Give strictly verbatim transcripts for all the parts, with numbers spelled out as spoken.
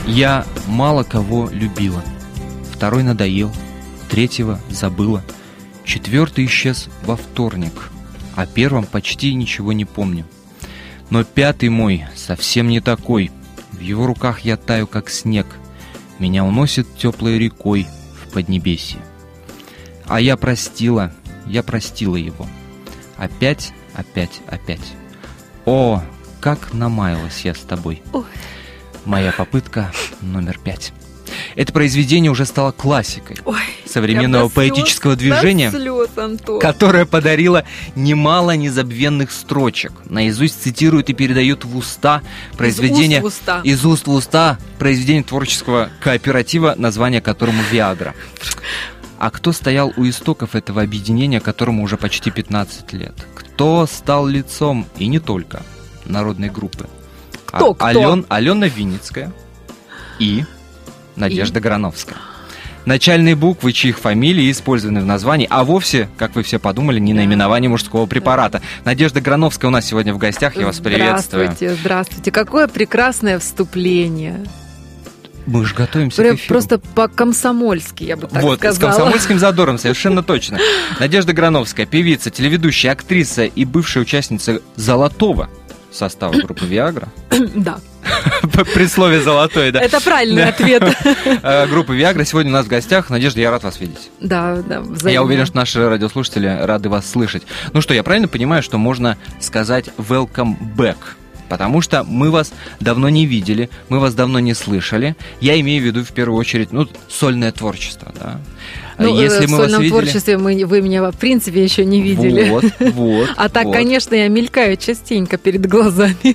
Я мало кого любила. Второй надоел, третьего забыла. Четвертый исчез во вторник. О первом почти ничего не помню. Но пятый мой совсем не такой. В его руках я таю, как снег. Меня уносит теплой рекой в Поднебесье. А я простила, я простила его. Опять, опять, опять. О, как намаялась я с тобой. Ой. Моя попытка номер пять. Это произведение уже стало классикой Ой, современного поэтического слез, движения, слез, которое подарило немало незабвенных строчек. Наизусть цитирует и передает в уста произведение, из уст в уста, из уст в уста произведение творческого кооператива, название которому «Виагра». А кто стоял у истоков этого объединения, которому уже почти пятнадцать лет? Кто стал лицом, и не только, народной группы? Кто, а, кто? Ален, Алена Винницкая и Надежда и? Грановская. Начальные буквы, чьих фамилии использованы в названии, а вовсе, как вы все подумали, не наименование мужского препарата. Надежда Грановская у нас сегодня в гостях, я вас приветствую. Здравствуйте, здравствуйте. Какое прекрасное вступление. Мы же готовимся к эфиру. Просто по-комсомольски, я бы так вот, сказала. Вот, с комсомольским задором, совершенно точно. Надежда Грановская, певица, телеведущая, актриса и бывшая участница золотого состава группы «Виагра». Да. При слове «золотой», да. Это правильный ответ. Группа «Виагра» сегодня у нас в гостях. Надежда, я рад вас видеть. Да, да, взаимно. Я уверен, что наши радиослушатели рады вас слышать. Ну что, я правильно понимаю, что можно сказать «welcome back»? Потому что мы вас давно не видели, мы вас давно не слышали. Я имею в виду, в первую очередь, ну, сольное творчество, да. Ну, Если в мы сольном вас видели... творчестве мы, вы меня, в принципе, еще не видели. Вот, вот. А так, вот. конечно, я мелькаю частенько перед глазами.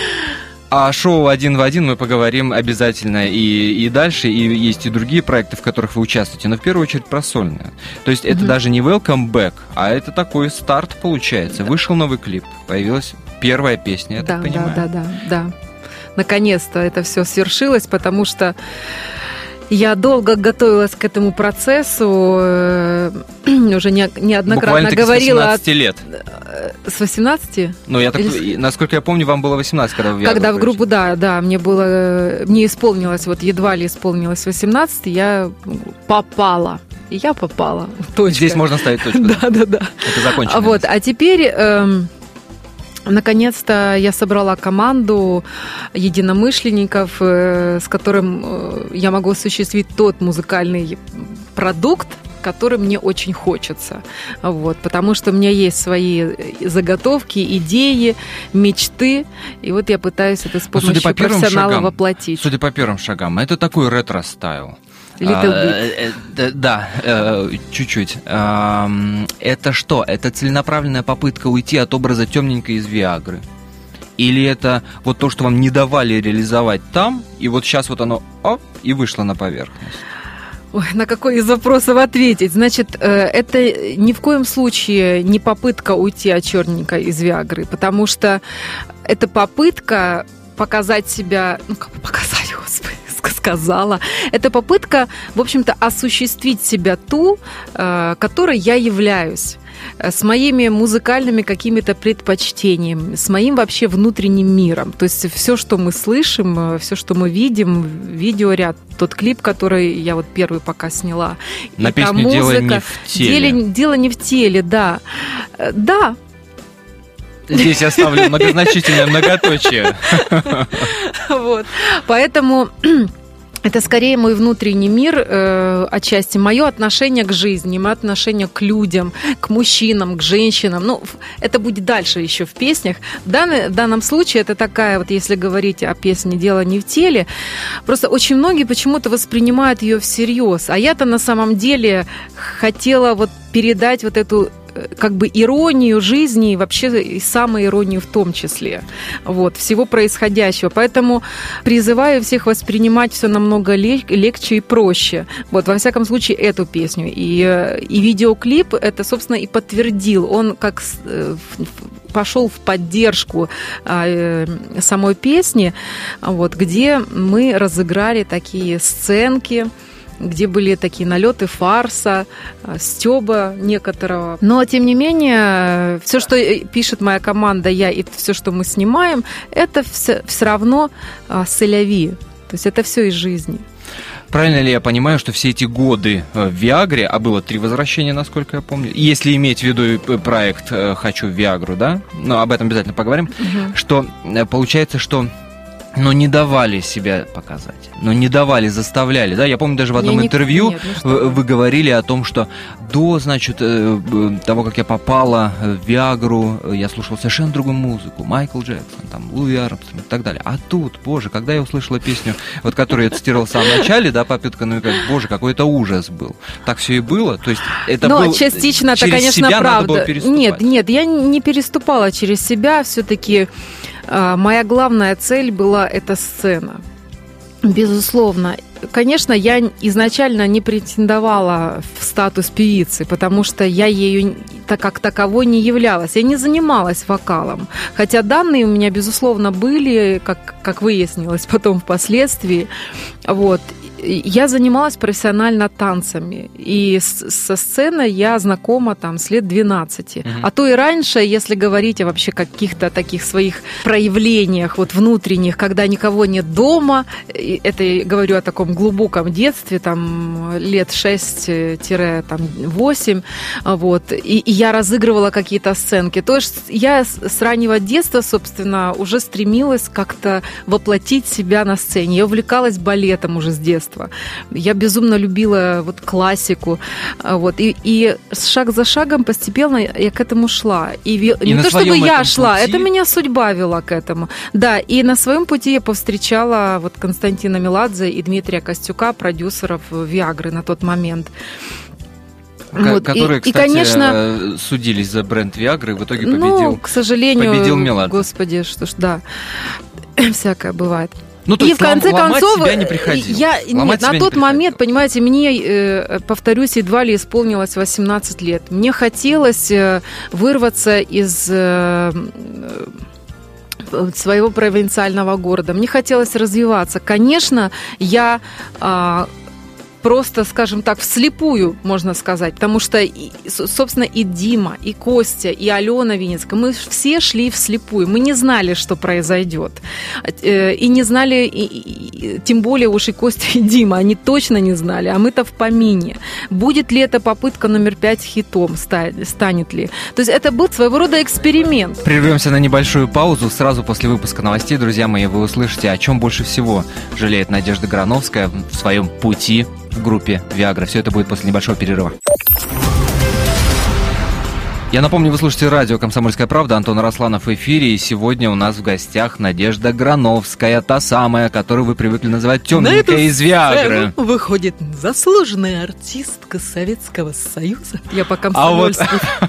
А шоу «Один в один» мы поговорим обязательно и, и дальше, и есть и другие проекты, в которых вы участвуете, но в первую очередь про сольное. То есть это mm-hmm. даже не welcome back, а это такой старт получается. Вышел новый клип, появилась первая песня, я да, так понимаю. Да, да, да, да. Наконец-то это все свершилось, потому что я долго готовилась к этому процессу, уже не, неоднократно буквально-таки говорила... с восемнадцати лет. С восемнадцати? Ну, я так, Или... насколько я помню, вам было восемнадцать, когда вы в «Виагру» Когда в пришли. группу, да, да, мне было... Мне исполнилось, вот едва ли исполнилось восемнадцать, я попала. И я попала. Точка. Здесь можно ставить точку. Да, да, да. Это закончено. Вот, а теперь... Эм... Наконец-то я собрала команду единомышленников, с которым я могу осуществить тот музыкальный продукт, который мне очень хочется. Вот, потому что у меня есть свои заготовки, идеи, мечты, и вот я пытаюсь это с помощью судя по профессионала шагам, воплотить. Судя по первым шагам, это такой ретро-стайл. Little а, bit. э, да, э, чуть-чуть. А, это что? Это целенаправленная попытка уйти от образа темненькой из «Виагры»? Или это вот то, что вам не давали реализовать там, и вот сейчас вот оно оп, и вышло на поверхность? Ой, на какой из вопросов ответить? Значит, это ни в коем случае не попытка уйти от черненькой из «Виагры», потому что это попытка показать себя, ну как показать, господи, сказала. Это попытка, в общем-то, осуществить себя ту, которой я являюсь, с моими музыкальными какими-то предпочтениями, с моим вообще внутренним миром. То есть все, что мы слышим, все, что мы видим, видеоряд, тот клип, который я вот первый пока сняла. На песню «Дело не в теле». Дело, дело не в теле, да. Да. Здесь я ставлю многозначительное многоточие. Вот. Поэтому... Это скорее мой внутренний мир, э, отчасти мое отношение к жизни, мое отношение к людям, к мужчинам, к женщинам. Ну, это будет дальше еще в песнях. В, данный, в данном случае это такая, вот если говорить о песне «Дело не в теле», просто очень многие почему-то воспринимают ее всерьез. А я-то на самом деле хотела вот передать вот эту как бы иронию жизни и вообще и самоиронию в том числе, вот, всего происходящего. Поэтому призываю всех воспринимать все намного легче и проще. Вот, во всяком случае, эту песню. И, и видеоклип это, собственно, и подтвердил. Он как пошел в поддержку э, самой песни, вот, где мы разыграли такие сценки, где были такие налеты фарса, стёба некоторого. Но, тем не менее, все, что пишет моя команда, я и все, что мы снимаем, это все, все равно селяви. То есть это все из жизни. Правильно ли я понимаю, что все эти годы в Виагре, а было три возвращения, насколько я помню, если иметь в виду проект «Хочу в Виагру», да, но об этом обязательно поговорим, угу. что получается, что но не давали себя показать, но не давали, заставляли, да, я помню даже в одном я интервью не... Нет, ну вы, вы говорили о том, что до, значит, того, как я попала в Виагру, я слушала совершенно другую музыку, Майкл Джексон, там, Луи Армстронг и так далее, а тут, боже, когда я услышала песню, вот которую я цитировал в самом начале, да, попытка намекать, боже, какой это ужас был, так все и было, то есть это но был, частично это, конечно, правда, нет, нет, я не переступала через себя, все-таки моя главная цель была эта сцена. Безусловно. Конечно, я изначально не претендовала в статус певицы, потому что я ею так как таковой не являлась. Я не занималась вокалом. Хотя данные у меня, безусловно, были, как, как выяснилось потом впоследствии. Вот. Я занималась профессионально танцами, и с, со сценой я знакома там с лет двенадцати. Uh-huh. А то и раньше, если говорить о вообще каких-то таких своих проявлениях вот внутренних, когда никого нет дома, это я говорю о таком глубоком детстве, там лет шесть-восемь, вот, и, и я разыгрывала какие-то сценки. То есть я с, с раннего детства, собственно, уже стремилась как-то воплотить себя на сцене. Я увлекалась балетом уже с детства. Я безумно любила вот классику, вот, и, и шаг за шагом постепенно я к этому шла. И, и не то чтобы я шла, пути... это меня судьба вела к этому. Да, и на своем пути я повстречала вот Константина Меладзе и Дмитрия Костюка, продюсеров Виагры на тот момент. Вот. Которые, и, кстати, и, конечно, судились за бренд Виагры, и в итоге победил, ну, к сожалению, победил Меладзе. Господи, что ж, да, всякое бывает. Ну, то и есть в конце ломать концов, себя не приходилось. Я, нет, на тот не момент, понимаете, мне, повторюсь, едва ли исполнилось восемнадцать лет. Мне хотелось вырваться из своего провинциального города. Мне хотелось развиваться. Конечно, я просто, скажем так, вслепую, можно сказать, потому что, собственно, и Дима, и Костя, и Алена Винницкая, мы все шли вслепую, мы не знали, что произойдет, и не знали, и, и, тем более уж и Костя, и Дима, они точно не знали, а мы-то в помине. Будет ли эта попытка номер пять хитом, станет ли? То есть это был своего рода эксперимент. Прервемся на небольшую паузу, сразу после выпуска новостей, друзья мои, вы услышите, о чем больше всего жалеет Надежда Грановская в своем пути в группе Виагра. Все это будет после небольшого перерыва. Я напомню, вы слушаете радио «Комсомольская правда», Антон Арасланов в эфире, и сегодня у нас в гостях Надежда Грановская, та самая, которую вы привыкли называть темненькая из Виагры. Выходит заслуженная артистка Советского Союза. Я по комсомольски.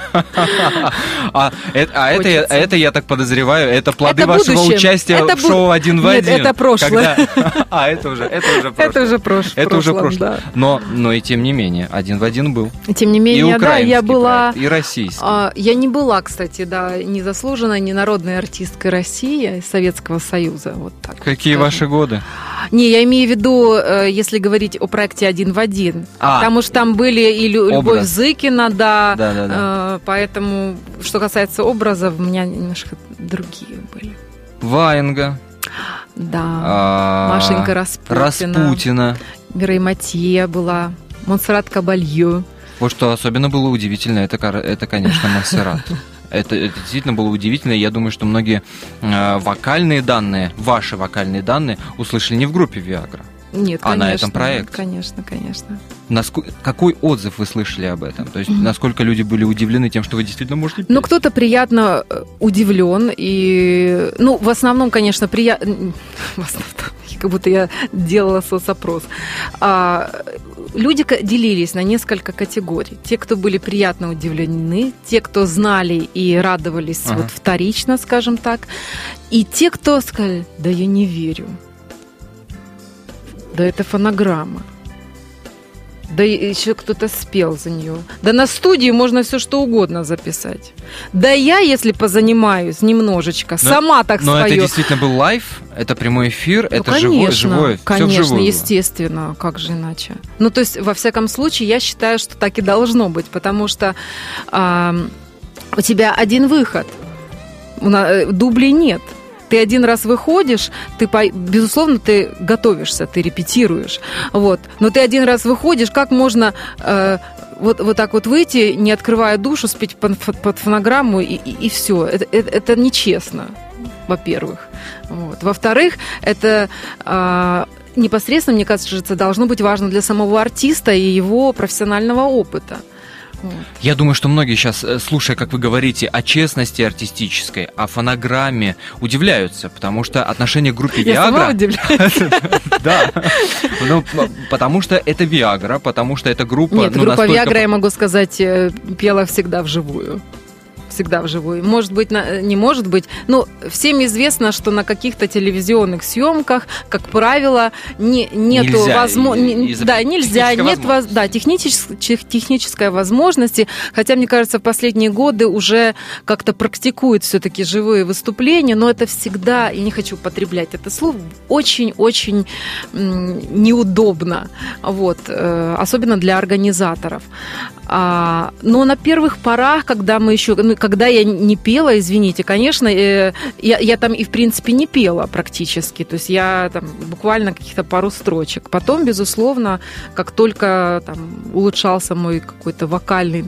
А это, я так подозреваю, это плоды вашего участия в шоу «Один в один». Нет, это прошлое. А, это уже прошлое. Это уже прошлое. Это уже прошлое. Но и тем не менее, «Один в один» был. Тем не менее, да, я была... И российский. Я не была, кстати, да, не заслуженной, не народной артисткой России, Советского Союза. Вот так. Какие скажем. Ваши годы? Не, я имею в виду, если говорить о проекте «Один в один». А, потому что там были и Любовь образ. Зыкина, да, да, да, да. Поэтому, что касается образов, у меня немножко другие были. Ваенга. Да, а, Машенька Распутина. Распутина. Мирей Матье была, Монсеррат Кабалье. Вот что особенно было удивительно, это, это конечно, Монсеррат. Это, это действительно было удивительно. Я думаю, что многие э, вокальные данные, ваши вокальные данные, услышали не в группе Виагра, Нет, а конечно, на этом проекте. Конечно, конечно. Насколько, какой отзыв вы слышали об этом? То есть, mm-hmm. насколько люди были удивлены тем, что вы действительно можете петь? Ну, кто-то приятно удивлен. И, ну, в основном, конечно, приятно... Как будто я делала соцопрос. А, люди делились на несколько категорий. Те, кто были приятно удивлены, те, кто знали и радовались ага. вот вторично, скажем так, и те, кто сказали, да я не верю. Да это фонограмма. Да еще кто-то спел за нее. Да на студии можно все что угодно записать. Да я, если позанимаюсь немножечко, но, сама так но спою. Но это действительно был лайв? Это прямой эфир? Ну, это конечно, живое? живое конечно, все естественно. Как же иначе? Ну, то есть, во всяком случае, я считаю, что так и должно быть. Потому что э, у тебя один выход. Дублей нет. Ты один раз выходишь, ты, безусловно, ты готовишься, ты репетируешь. Вот. Но ты один раз выходишь, как можно э, вот, вот так вот выйти, не открывая душу, спеть под, под фонограмму, и, и, и все. Это, это, это нечестно, во-первых. Вот. Во-вторых, это... Э, непосредственно, мне кажется, должно быть важно для самого артиста и его профессионального опыта. Вот. Я думаю, что многие сейчас, слушая, как вы говорите о честности артистической, о фонограмме, удивляются, потому что отношение к группе Viagra... Я сама удивляюсь. Да, потому что это Viagra, потому что эта группа... Нет, группа Viagra, я могу сказать, пела всегда вживую. Всегда вживую. Может быть, не может быть. Но всем известно, что на каких-то телевизионных съемках, как правило, не, нету возможности. Да, нельзя. Нет воз... да, технической, технической возможности. Хотя, мне кажется, в последние годы уже как-то практикуют все-таки живые выступления, но это всегда, я не хочу употреблять это слово, очень-очень неудобно. Вот. Особенно для организаторов. Но на первых порах, когда мы еще, ну, когда я не пела, извините, конечно, я, я там и в принципе не пела практически, то есть я там буквально каких-то пару строчек. Потом, безусловно, как только там улучшался мой какой-то вокальный,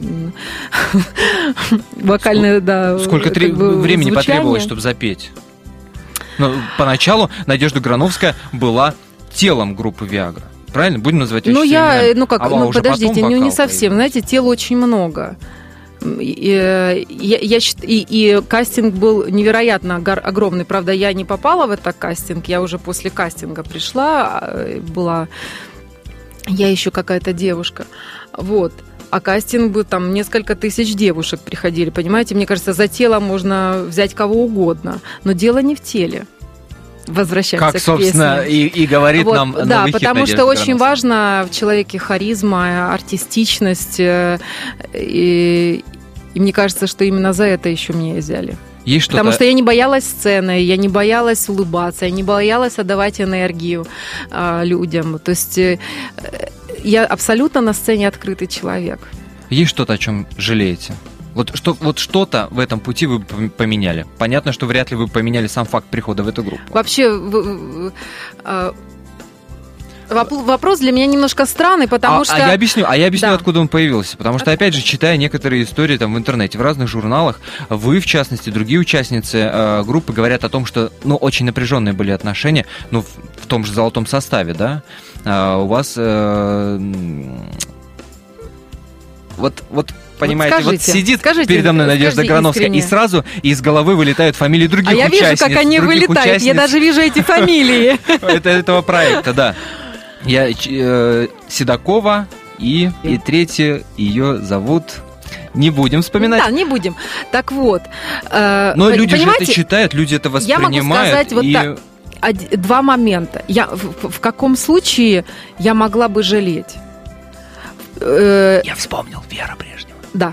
вокальный, да. Сколько времени потребовалось, чтобы запеть? Ну, поначалу Надежда Грановская была телом группы Viagra. Правильно? Будем называть вещи Ну, я, именами. ну как, а ну подождите, не, не совсем. Появился. Знаете, тела очень много. И, я, я, и, и кастинг был невероятно огромный. Правда, я не попала в этот кастинг, я уже после кастинга пришла, была я еще какая-то девушка. Вот. А кастинг был, там несколько тысяч девушек приходили, понимаете? Мне кажется, за тело можно взять кого угодно, но дело не в теле. Возвращаемся как, собственно, к песне. И, и говорит вот, нам новый да, хит потому Надежды что очень Грановской. важно в человеке харизма, артистичность. И, и мне кажется, что именно за это еще меня и взяли. Есть что-то... Потому что я не боялась сцены, я не боялась улыбаться, я не боялась отдавать энергию а, людям. То есть я абсолютно на сцене открытый человек. Есть что-то, о чем жалеете? Вот, что, вот что-то в этом пути вы поменяли. Понятно, что вряд ли вы поменяли сам факт прихода в эту группу. Вообще, в, в, вопрос для меня немножко странный, потому а, что... А я объясню, а я объясню, да. откуда он появился. Потому что, опять же, читая некоторые истории там в интернете, в разных журналах, вы, в частности, другие участницы э, группы говорят о том, что, ну, очень напряженные были отношения, ну, в, в том же золотом составе, да, э, у вас... Э, вот, вот понимаете, вот, скажите, вот сидит скажите, передо мной Надежда Грановская, искренне. И сразу из головы вылетают фамилии других участниц. А я участниц, вижу, как они вылетают, участниц. Я даже вижу эти фамилии. Это этого проекта, да. Я Седокова и и третья ее зовут... Не будем вспоминать. Да, не будем. Так вот. Но люди же это читают, люди это воспринимают. Я могу сказать вот так. Два момента. Я, в, в каком случае я могла бы жалеть? Я вспомнил Вера Брежнева. Да.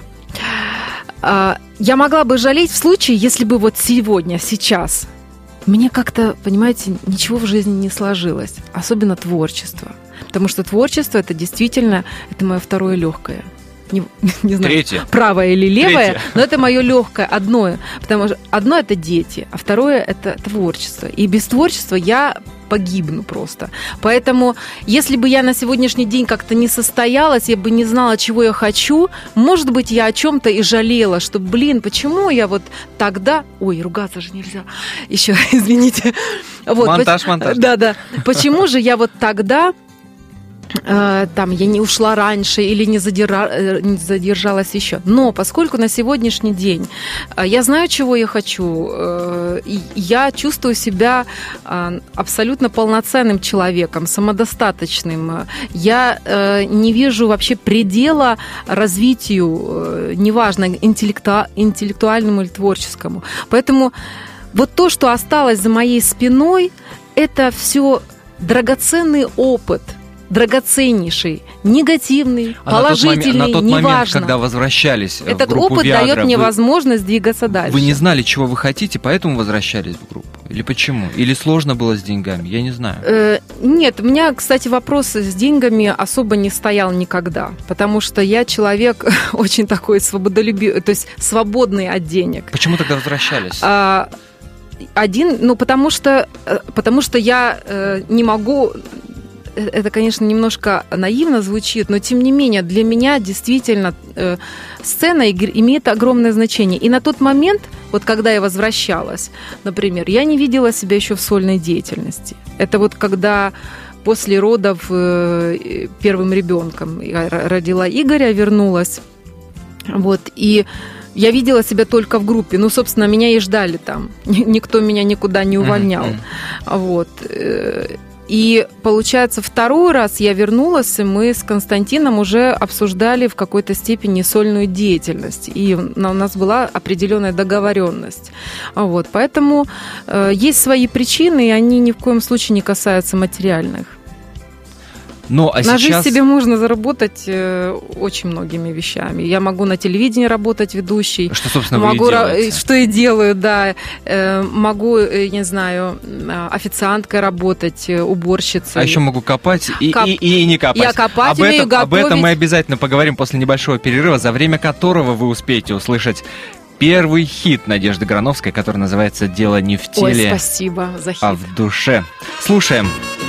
Я могла бы жалеть в случае, если бы вот сегодня, сейчас мне как-то, понимаете, ничего в жизни не сложилось. Особенно творчество. Потому что творчество, это действительно, это мое второе легкое. Не, не знаю, Третье. Правое или левое, Третье. Но это мое легкое, одно. Потому что одно это дети, а второе это творчество. И без творчества я погибну просто. Поэтому, если бы я на сегодняшний день как-то не состоялась, я бы не знала, чего я хочу, может быть, я о чем-то и жалела, что, блин, почему я вот тогда... Ой, ругаться же нельзя. Еще, извините. Вот, монтаж, монтаж. Да, да. Почему же я вот тогда... там, я не ушла раньше или не, задержа, не задержалась еще. Но поскольку на сегодняшний день я знаю, чего я хочу, я чувствую себя абсолютно полноценным человеком, самодостаточным. Я не вижу вообще предела развитию, неважно, интеллекту, интеллектуальному или творческому. Поэтому вот то, что осталось за моей спиной, это все драгоценный опыт, драгоценнейший, негативный, а положительный, на тот, момент, на тот неважно. момент, когда возвращались Этот в группу опыт Viagra, дает мне вы, возможность двигаться дальше. Вы не знали, чего вы хотите, поэтому возвращались в группу? Или почему? Или сложно было с деньгами? Я не знаю. Э, нет, у меня, кстати, вопрос с деньгами особо не стоял никогда, потому что я человек очень такой свободолюбивый, то есть свободный от денег. Почему тогда возвращались? А, один, ну, потому что, потому что я э, не могу... Это, конечно, немножко наивно звучит, но, тем не менее, для меня действительно э, сцена имеет огромное значение. И на тот момент, вот когда я возвращалась, например, я не видела себя еще в сольной деятельности. Это вот когда после родов э, первым ребенком я родила Игоря, вернулась, вот, и я видела себя только в группе. Ну, собственно, меня и ждали там. Никто меня никуда не увольнял. Mm-hmm. Вот. И, получается, второй раз я вернулась, и мы с Константином уже обсуждали в какой-то степени сольную деятельность. И у нас была определенная договоренность. Вот. Поэтому э, есть свои причины, и они ни в коем случае не касаются материальных. Ну, а на сейчас... жизнь себе можно заработать э, очень многими вещами. Я могу на телевидении работать ведущей. Что, собственно, могу, вы и делаете. Что и делаю, да. Э, могу, э, не знаю, официанткой работать, уборщицей. А еще могу копать и, Коп... и, и не копать. Я копать об умею, этом, готовить. Об этом мы обязательно поговорим после небольшого перерыва, за время которого вы успеете услышать первый хит Надежды Грановской, который называется «Дело не в теле, Ой, спасибо за хит. а в душе». Слушаем.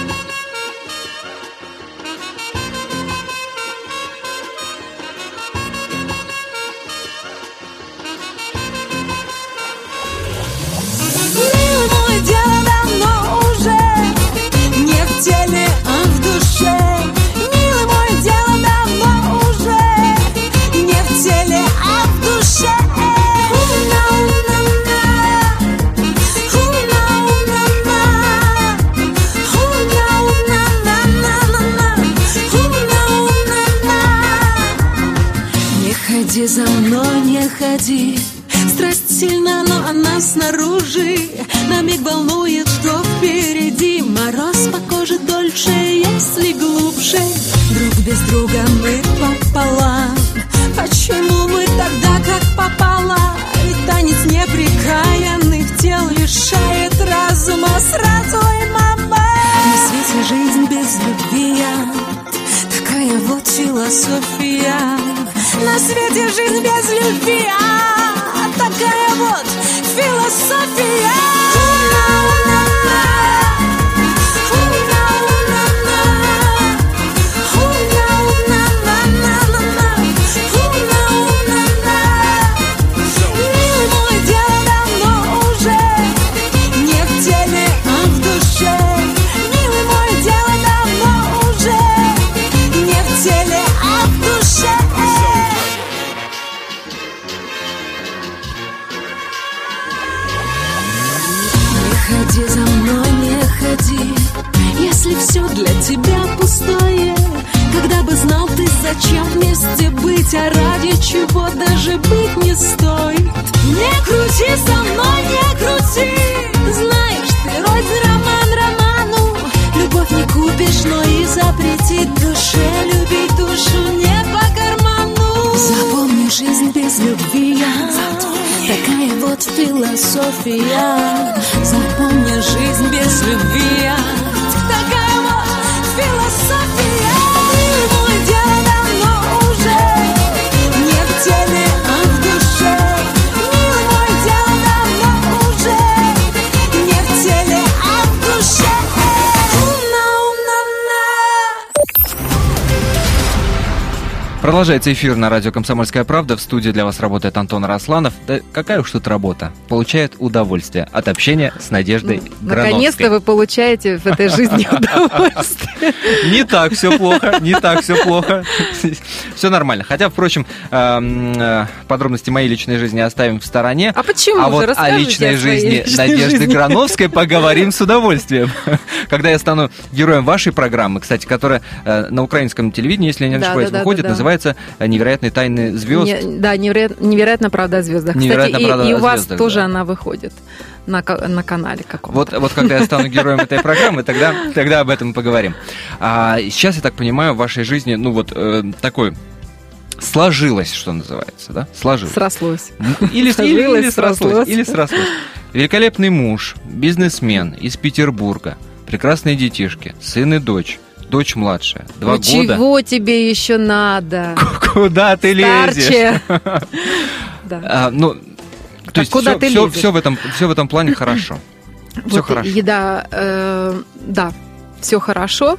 За мной не ходи, страсть сильна, но она снаружи. На миг волнует, что впереди. Мороз по коже дольше, если глубже. Друг без друга мы пополам. Почему мы тогда как попало? Ведь танец неприкаянных тел лишает разума сразу и мама. На свете жизнь без любви, такая вот философия. На свете жизнь без любви, а такая вот философия. Милый мой, дело давно уже не в теле, а в душе. Милый мой, дело давно уже не в теле, а в душе. Ходи за мной, не ходи, если все для тебя пустое. Когда бы знал ты, зачем вместе быть, а ради чего даже быть не стоит. Не крути со мной, не крути, знаешь, ты рознь роман роману. Любовь не купишь, но и запретить душе любить душу не по карману. Запомни, жизнь без любви, такая вот философия. Запомни, жизнь без любви, такая вот философия. Милый мой, дело давно уже не в теле, а в душе. Милый мой, дело давно уже не в теле, а в душе. Продолжается эфир на радио «Комсомольская правда». В студии для вас работает Антон Арасланов. Да какая уж тут работа. Получает удовольствие от общения с Надеждой Грановской. Наконец-то вы получаете в этой жизни удовольствие. Не так все плохо, не так все плохо. Все нормально. Хотя, впрочем, подробности моей личной жизни оставим в стороне. А почему А же? вот о личной жизни Надежды Грановской поговорим с удовольствием. Когда я стану героем вашей программы, кстати, которая на украинском телевидении, если я не ошибаюсь, выходит, называется «Невероятные тайны звезд». Не, да, невероятно, невероятно правда о звездах. Невероятно Кстати, правда и, и о у вас звездах, тоже да. она выходит на, на канале каком-то. Вот, вот когда я стану героем этой программы, тогда, тогда об этом поговорим. А сейчас, я так понимаю, в вашей жизни, ну вот э, такой сложилось, что называется, да? Сложилось. Срослось. Или, Сложилось, или, или срослось. срослось. Или срослось. Великолепный муж, бизнесмен из Петербурга, прекрасные детишки, сын и дочь. Дочь младшая, два ну, года. Чего тебе еще надо? Куда ты лезешь? Да. А, ну, То есть куда все, ты все, лезешь? все, в этом, все в этом плане хорошо. Все Вот хорошо. Еда, э, да, все хорошо.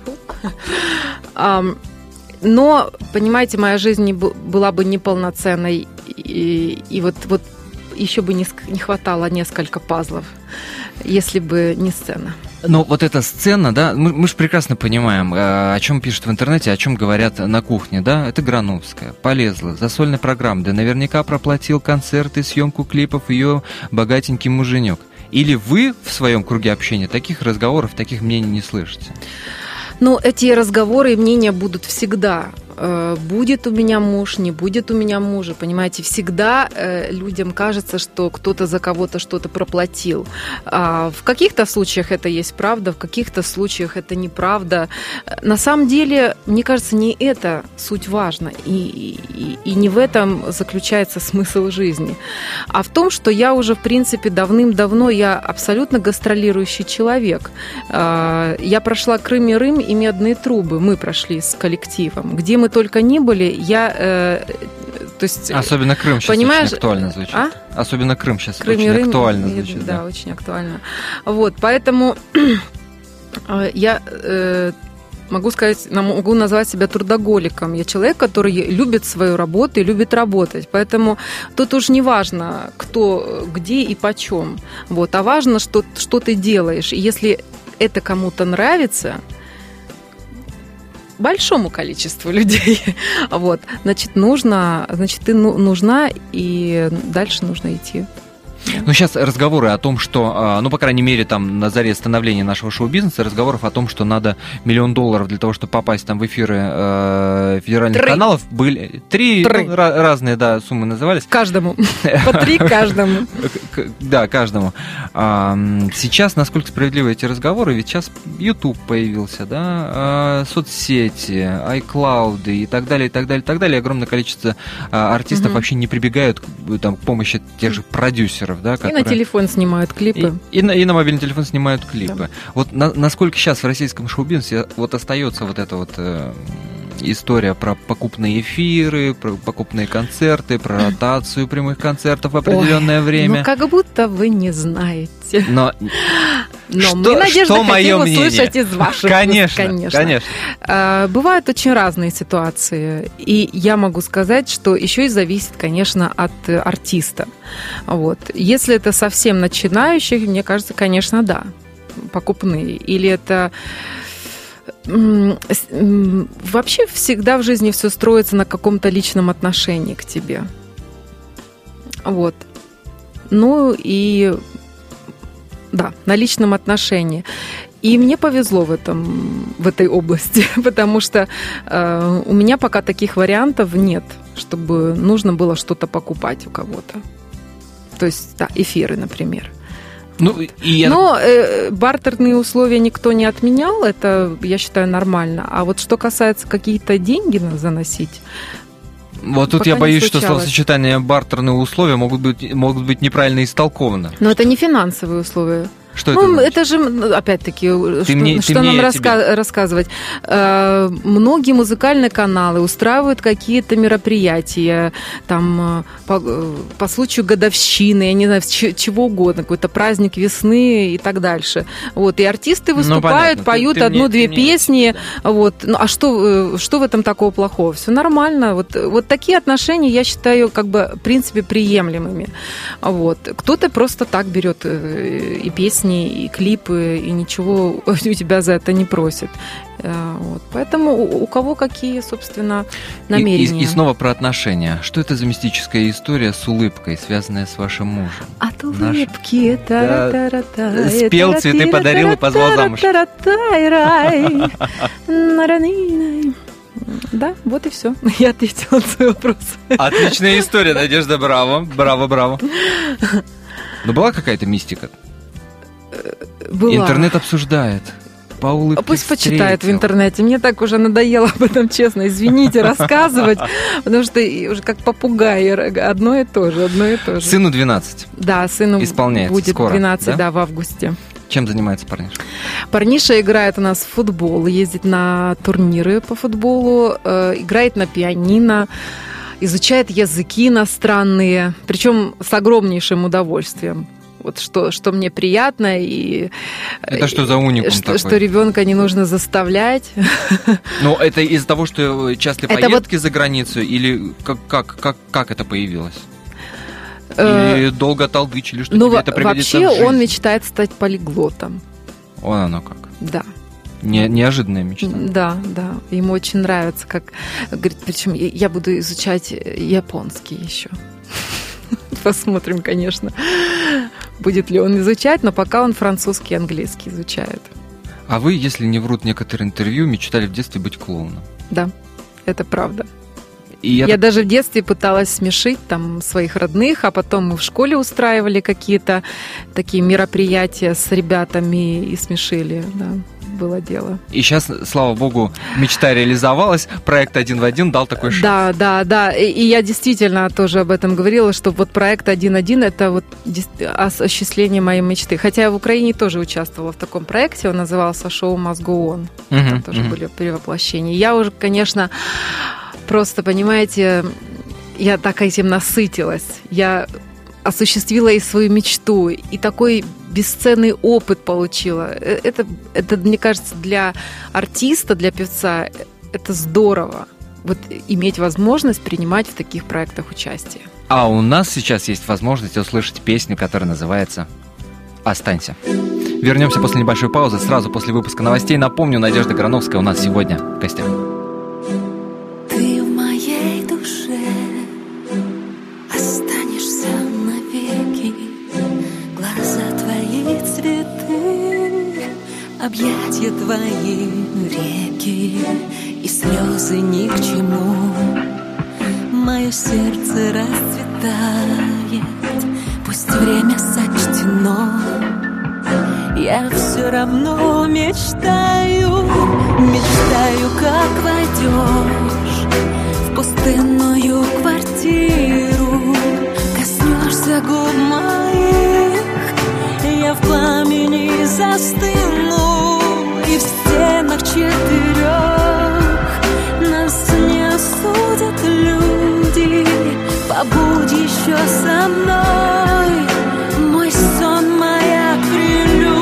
Но, понимаете, моя жизнь не бу- была бы неполноценной, и, и вот, вот еще бы не, ск- не хватало несколько пазлов, если бы не сцена. Но вот эта сцена, да, мы, мы же прекрасно понимаем, э, о чем пишут в интернете, о чем говорят на кухне, да, это Грановская, полезла за сольной программой, да наверняка проплатил концерты, съемку клипов ее богатенький муженек. Или вы в своем круге общения таких разговоров, таких мнений не слышите? Ну, эти разговоры и мнения будут всегда. Будет у меня муж, не будет у меня мужа. Понимаете, всегда людям кажется, что кто-то за кого-то что-то проплатил. В каких-то случаях это есть правда, в каких-то случаях это неправда. На самом деле, мне кажется, не это суть важна. И, и, и не в этом заключается смысл жизни. А в том, что я уже, в принципе, давным-давно, я абсолютно гастролирующий человек. Я прошла Крым и Рым и Медные трубы. Мы прошли с коллективом. Где мы только не были, я... Э, то есть, особенно Крым сейчас понимаешь, очень актуально звучит. А? Особенно Крым сейчас Крым очень Рым, актуально и, звучит. Да, да, очень актуально. Вот, поэтому я... Э, могу сказать, могу назвать себя трудоголиком. Я человек, который любит свою работу и любит работать. Поэтому тут уж не важно, кто, где и почем. Вот, а важно, что, что ты делаешь. И если это кому-то нравится, большому количеству людей, вот, значит, нужно, значит, ты нужна, и дальше нужно идти. Ну, сейчас разговоры о том, что, ну, по крайней мере, там, на заре становления нашего шоу-бизнеса, разговоров о том, что надо миллион долларов для того, чтобы попасть там в эфиры э, федеральных Три. каналов, были три, Три. Ну, ra- разные, да, суммы назывались. Каждому. По три каждому. Да, каждому. Сейчас, насколько справедливы эти разговоры, ведь сейчас YouTube появился, да, соцсети, iCloud и так далее, и так далее, и так далее. Огромное количество артистов вообще не прибегают там, к помощи тех же продюсеров. Да, которые... И на телефон снимают клипы. И, и, на, и на мобильный телефон снимают клипы. Да. Вот на, насколько сейчас в российском шоу-бизнесе вот остается вот эта вот э, история про покупные эфиры, про покупные концерты, про ротацию прямых концертов в определенное Ой, время. Ну, как будто вы не знаете. Но, Но что, мы, Надежда, что хотим мнение? услышать из ваших конечно, уст, конечно. конечно. А, бывают очень разные ситуации. И я могу сказать, что еще и зависит, конечно, от артиста. Вот. Если это совсем начинающих, мне кажется, конечно, да, покупные. Или это... Вообще всегда в жизни все строится на каком-то личном отношении к тебе. Вот. Ну и да, на личном отношении. И мне повезло в этом, в этой области, потому что э, у меня пока таких вариантов нет, чтобы нужно было что-то покупать у кого-то. То есть, да, эфиры, например. Ну, и я... Но э, бартерные условия никто не отменял, это, я считаю, нормально. А вот что касается какие-то деньги заносить... Вот тут я боюсь, что словосочетание бартерные условия могут быть, могут быть неправильно истолкованы. Но это не финансовые условия. Что ну, это, это же, опять-таки, ты что, мне, что нам раска- рассказывать? Э, многие музыкальные каналы устраивают какие-то мероприятия там, по, по случаю годовщины, я не знаю, чего угодно, какой-то праздник весны и так дальше. Вот, и артисты выступают, ну, поют одну-две песни. Да. Вот. Ну, а что, что в этом такого плохого? Все нормально. Вот, вот такие отношения я считаю, как бы, в принципе, приемлемыми. Вот. Кто-то просто так берет и песни, и клипы, и ничего у тебя за это не просит. Вот. Поэтому у кого какие, собственно, намерения. И, и, и снова про отношения. Что это за мистическая история с улыбкой, связанная с вашим мужем? От улыбки. Да. Спел, цветы подарил и позвал замуж. Да, вот и все. Я ответила на свой вопрос. Отличная история, Надежда, браво, браво, браво. Но была какая-то мистика? Была. Интернет обсуждает. По улыбке Пусть встретил. почитает в интернете. Мне так уже надоело об этом, честно, извините, рассказывать, потому что уже как попугай, одно и то же, одно и то же. Сыну двенадцать. Да, сыну исполняется будет скоро, двенадцать, да? да, в августе. Чем занимается парниша? Парниша играет у нас в футбол, ездит на турниры по футболу, э, играет на пианино. изучает языки иностранные, причем с огромнейшим удовольствием. Вот что, что мне приятно, и это что за уникум что, такой? Что ребенка не нужно заставлять. Ну, это из-за того, что частые это поездки вот... за границу, или как, как, как, как это появилось? Или долго толдычили, что ну, тебе это пригодится вообще в жизни? Он мечтает стать полиглотом. Вон оно как. Да. Не, неожиданная мечта. Да, да. Ему очень нравится, как... Говорит, причем я буду изучать японский еще. Посмотрим, конечно, будет ли он изучать, но пока он французский и английский изучает. А вы, если не врут некоторые интервью, мечтали в детстве быть клоуном? Да, это правда. И я я так... даже в детстве пыталась смешить там своих родных, а потом мы в школе устраивали какие-то такие мероприятия с ребятами и смешили, да. Было дело. И сейчас, слава богу, мечта реализовалась, проект «Один в один» дал такой шанс. Да, да, да. И, и я действительно тоже об этом говорила, что вот проект «Один один» — это вот осуществление моей мечты. Хотя я в Украине тоже участвовала в таком проекте, он назывался «Шоу Must Go On». Uh-huh, Там тоже uh-huh. были перевоплощения. Я уже, конечно, просто, понимаете, я так этим насытилась. Я осуществила и свою мечту, и такой бесценный опыт получила. Это, это, мне кажется, для артиста, для певца, это здорово. Вот иметь возможность принимать в таких проектах участие. А у нас сейчас есть возможность услышать песню, которая называется «Останься». Вернемся после небольшой паузы, сразу после выпуска новостей. Напомню, Надежда Грановская у нас сегодня в гостях. Ты в моей душе останешься навеки. Глаза твои цветы, объятья твои реки, и слезы ни к чему. Мое сердце расцветает, пусть время сочтено. Я все равно мечтаю, мечтаю, как войдешь в пустынную квартиру, коснешься губ моих, я в пламени застыну, и в стенах четырех нас не осудят люди. Побудь еще со мной, мой сон, моя прелюдия.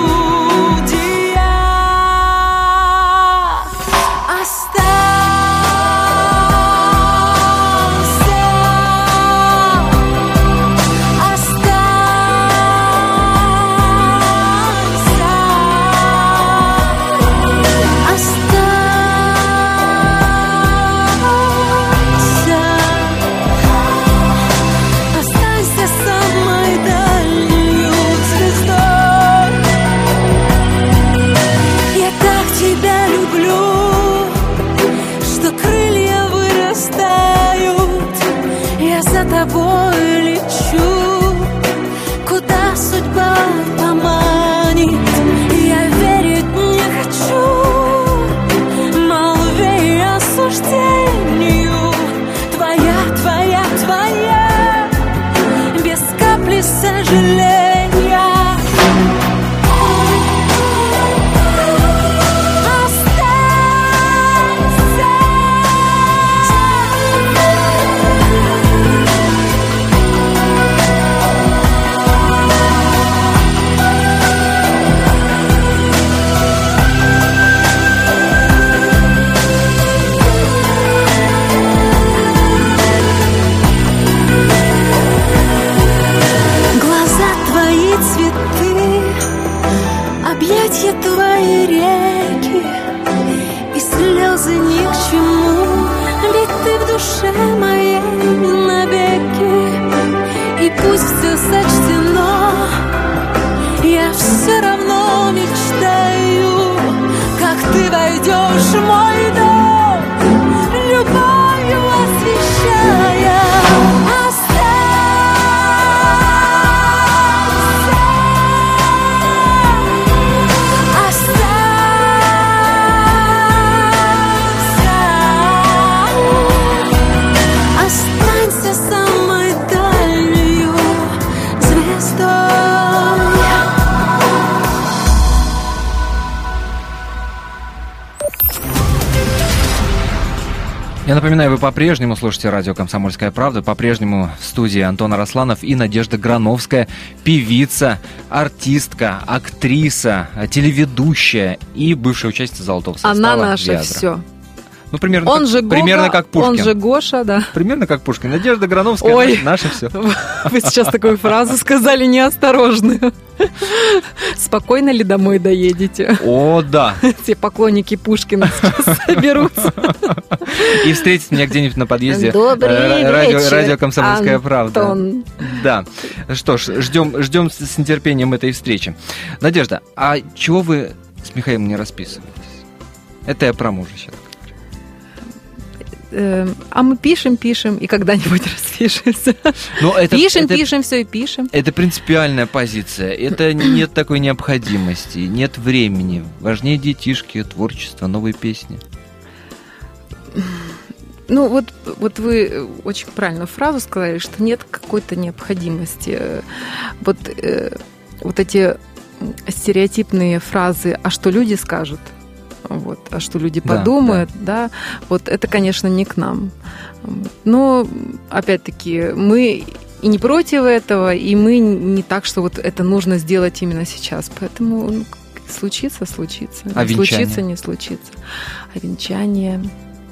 Я напоминаю, вы по-прежнему слушаете радио «Комсомольская правда». По-прежнему в студии Антон Арасланов и Надежда Грановская, певица, артистка, актриса, телеведущая и бывшая участница «Золотого состава». Она наше «Виагра». все. Ну, примерно, Он как, же Гога, примерно как Пушкин. Он же Гоша, да. Примерно как Пушкин. Надежда Грановская, Ой. наше все. Вы сейчас такую фразу сказали неосторожную. Спокойно ли домой доедете? О, да. Все поклонники Пушкина сейчас соберутся. И встретить меня где-нибудь на подъезде. Добрый радио, вечер, радио «Комсомольская правда». Антон. Да. Что ж, ждем, ждем с, с нетерпением этой встречи. Надежда, а чего вы с Михаилом не расписываетесь? Это я про мужа сейчас. А мы пишем, пишем, и когда-нибудь распишемся. Но это, пишем, это, пишем, все и пишем. Это принципиальная позиция. Это нет такой необходимости, нет времени. Важнее детишки, творчество, новые песни. Ну, вот, вот вы очень правильную фразу сказали, что нет какой-то необходимости. Вот, вот эти стереотипные фразы «а что люди скажут?», вот, а что люди да, подумают, да. да, вот это, конечно, не к нам. Но, опять-таки, мы и не против этого, и мы не так, что вот это нужно сделать именно сейчас. Поэтому ну, случится, случится. А не венчание? Случится, не случится. А венчание...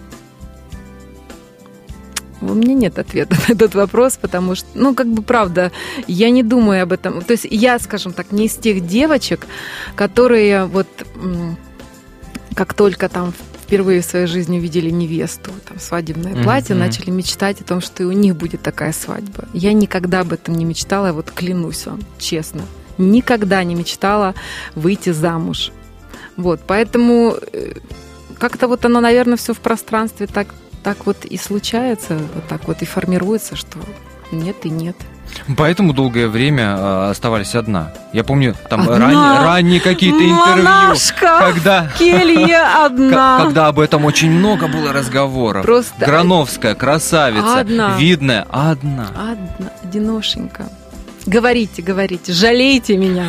У меня нет ответа на этот вопрос, потому что, ну, как бы, правда, я не думаю об этом. То есть я, скажем так, не из тех девочек, которые вот... как только там впервые в своей жизни увидели невесту, там, свадебное mm-hmm. платье, начали мечтать о том, что и у них будет такая свадьба. Я никогда об этом не мечтала, я вот клянусь вам, честно. Никогда не мечтала выйти замуж. Вот, поэтому как-то вот оно, наверное, все в пространстве так, так вот и случается, вот так вот и формируется, что нет и нет. Поэтому долгое время э, оставались одна. Я помню, там одна. ранние, ранние какие-то интервью. Монашка когда, в келье одна. Когда об этом очень много было разговоров. Просто Грановская, красавица, одна. видная, одна. Одна, одиношенька. Говорите, говорите, жалейте меня.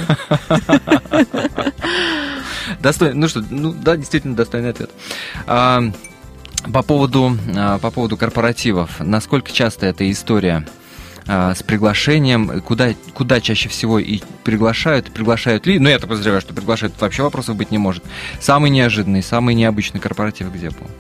Достойный, ну что, ну да, действительно достойный ответ. А, по поводу, по поводу корпоративов. Насколько часто эта история с приглашением, куда, куда чаще всего и приглашают, приглашают ли, ну я-то подозреваю, что приглашают, вообще вопросов быть не может. Самый неожиданный, самый необычный корпоратив где был?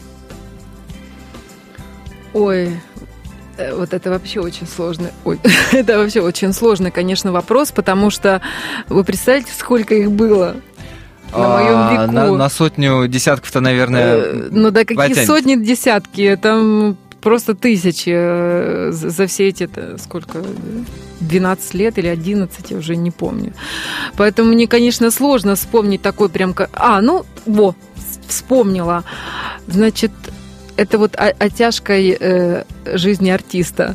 Ой, вот это вообще очень сложный, ой, это вообще очень сложный, конечно, вопрос, потому что вы представляете, сколько их было на моем веку? На, на сотню десятков-то, наверное, ну да какие потянет. Сотни, десятки, там... Просто тысячи за все эти, сколько, двенадцать лет или одиннадцать, я уже не помню. Поэтому мне, конечно, сложно вспомнить такой прям... А, ну, во, вспомнила. Значит, это вот о, о тяжкой э, жизни артиста.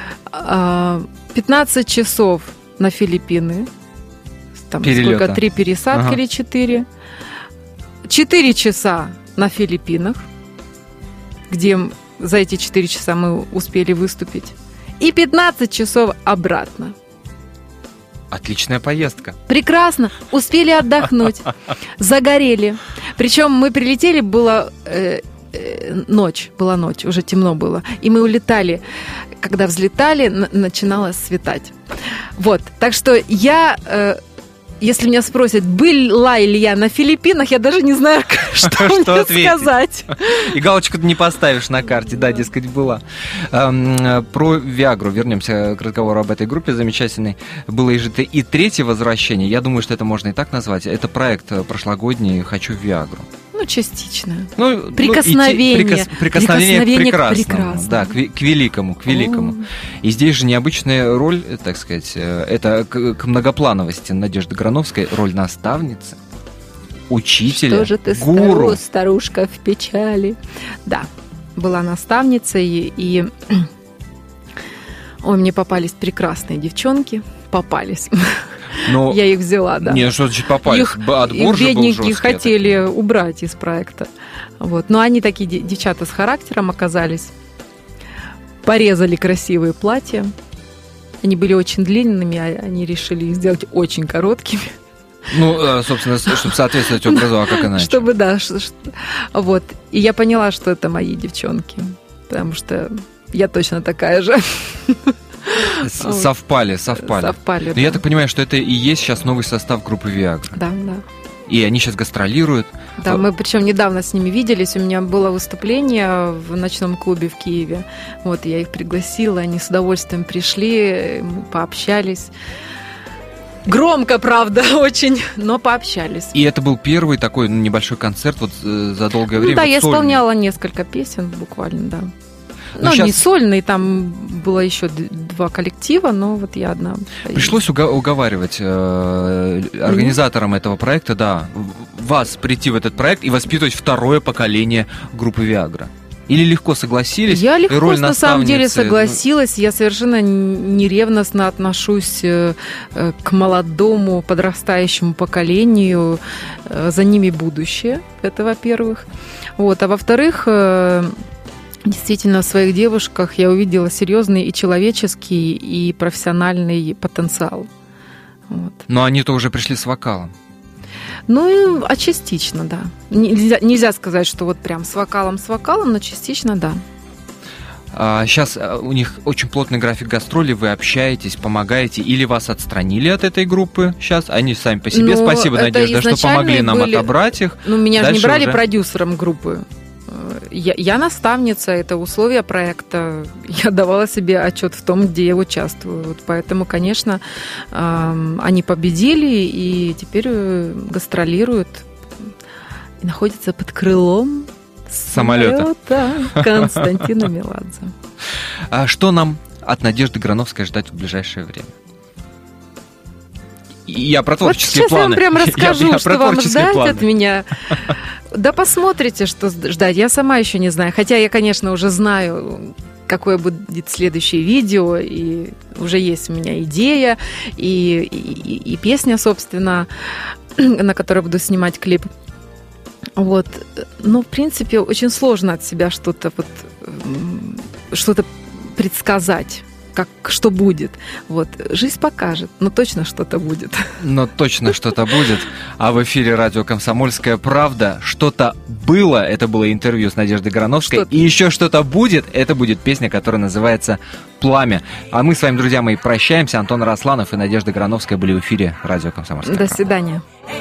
пятнадцать часов на Филиппины. Там Перелета. Сколько? Три пересадки ага. или четыре? Четыре часа на Филиппинах, где... За эти четыре часа мы успели выступить. И пятнадцать часов обратно. Отличная поездка. Прекрасно. Успели отдохнуть. Загорели. Причем мы прилетели, была э, э, ночь. Была ночь, уже темно было. И мы улетали. Когда взлетали, н- начинало светать. Вот. Так что я... Э, Если меня спросят, была ли я на Филиппинах, я даже не знаю, что мне сказать. И галочку-то не поставишь на карте, да, дескать, была. Про Виагру вернемся к разговору об этой группе замечательной. Было и третье возвращение, я думаю, что это можно и так назвать. Это проект прошлогодний «Хочу Виагру». Ну, частично. Ну, прикосновение. Ну, прикос, прикосновение. Прикосновение к прекрасному. К прекрасному. Да, к, к великому, к великому. О. И здесь же необычная роль, так сказать, это к, к многоплановости Надежды Грановской, роль наставницы, учителя, Что же ты, гуру. Стару, старушка в печали. Да, была наставницей, и... Ой, мне попались прекрасные девчонки. Попались. Но... Я их взяла, да. Не, что значит попались? Их, Отбор их же был бедненькие жесткий, хотели убрать из проекта. Вот. Но они такие девчата с характером оказались. Порезали красивые платья. Они были очень длинными, а они решили их сделать очень короткими. Ну, собственно, чтобы соответствовать образу, а как иначе? Чтобы, да. Вот. И я поняла, что это мои девчонки. потому что я точно такая же. Совпали, совпали. Совпали, Но да. я так понимаю, что это и есть сейчас новый состав группы Viagra. Да, да. И они сейчас гастролируют. Да, мы причем недавно с ними виделись. У меня было выступление в ночном клубе в Киеве. Вот, я их пригласила, они с удовольствием пришли, мы пообщались. Громко, правда, очень, но пообщались. И это был первый такой ну, небольшой концерт вот э, за долгое время. Ну, да, вот я сольный. исполняла несколько песен буквально, да. Ну, Ну, щас- не сольный, там было еще д- два коллектива, но вот я одна. Пришлось уга- уговаривать э, организаторам этого проекта, да, в- вас прийти в этот проект и воспитывать второе поколение группы Viagra. Или легко согласились? Я и легко, роль на самом деле, наставницы, ну, согласилась. Я совершенно не ревностно отношусь э, э, к молодому подрастающему поколению. Э, За ними будущее, это во-первых. Вот. А во-вторых, э, действительно, в своих девушках я увидела серьезный и человеческий, и профессиональный потенциал. Вот. Но они-то уже пришли с вокалом. Ну, и, а частично, да. Нельзя, нельзя сказать, что вот прям с вокалом, с вокалом, но частично, да. А, сейчас а, у них очень плотный график гастролей, вы общаетесь, помогаете, или вас отстранили от этой группы сейчас? Они сами по себе. Но Спасибо, это Надежда, что изначально помогли нам были- отобрать их. Ну, меня же не Дальше брали уже- продюсером группы. Я, я наставница, это условия проекта. Я давала себе отчет в том, где я участвую. Вот поэтому, конечно, эм, они победили и теперь э, гастролируют и находятся под крылом Самолета. самолета Константина Меладзе. А что нам от Надежды Грановской ждать в ближайшее время? И Я про Вот творческие сейчас планы. я вам прям Я- расскажу, я про что вам творческие ждать планы. от меня. Да посмотрите, что ждать. Я сама еще не знаю. Хотя я, конечно, уже знаю, какое будет следующее видео, и уже есть у меня идея, и, и, и песня, собственно, на которой буду снимать клип. Вот. Но, в принципе, очень сложно от себя что-то вот, м, что-то предсказать. Как, что будет. Вот. Жизнь покажет, но точно что-то будет. Но точно что-то будет. А в эфире радио «Комсомольская правда» что-то было. Это было интервью с Надеждой Грановской. Что-то. И еще что-то будет. Это будет песня, которая называется «Пламя». А мы с вами, друзья мои, прощаемся. Антон Росланов и Надежда Грановская были в эфире радио «Комсомольская До правда». свидания.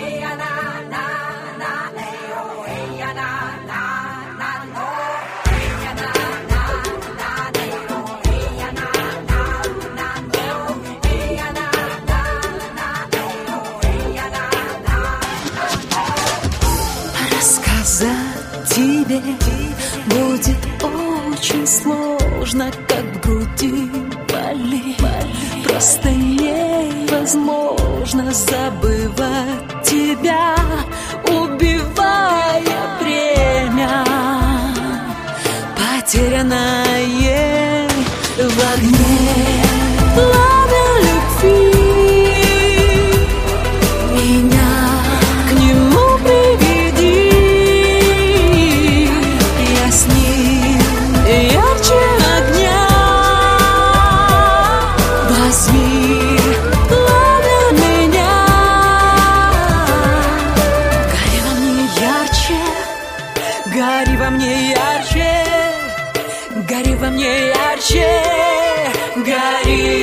Рассказать тебе будет очень сложно, как в груди болит. Просто невозможно забывать тебя, убивая время, потерянное в огне. Пламя любви меня к нему приведи. Я с ним ярче огня. Возьми пламя меня. Гори во мне ярче, гори во мне ярче, гори во мне ярче, гори.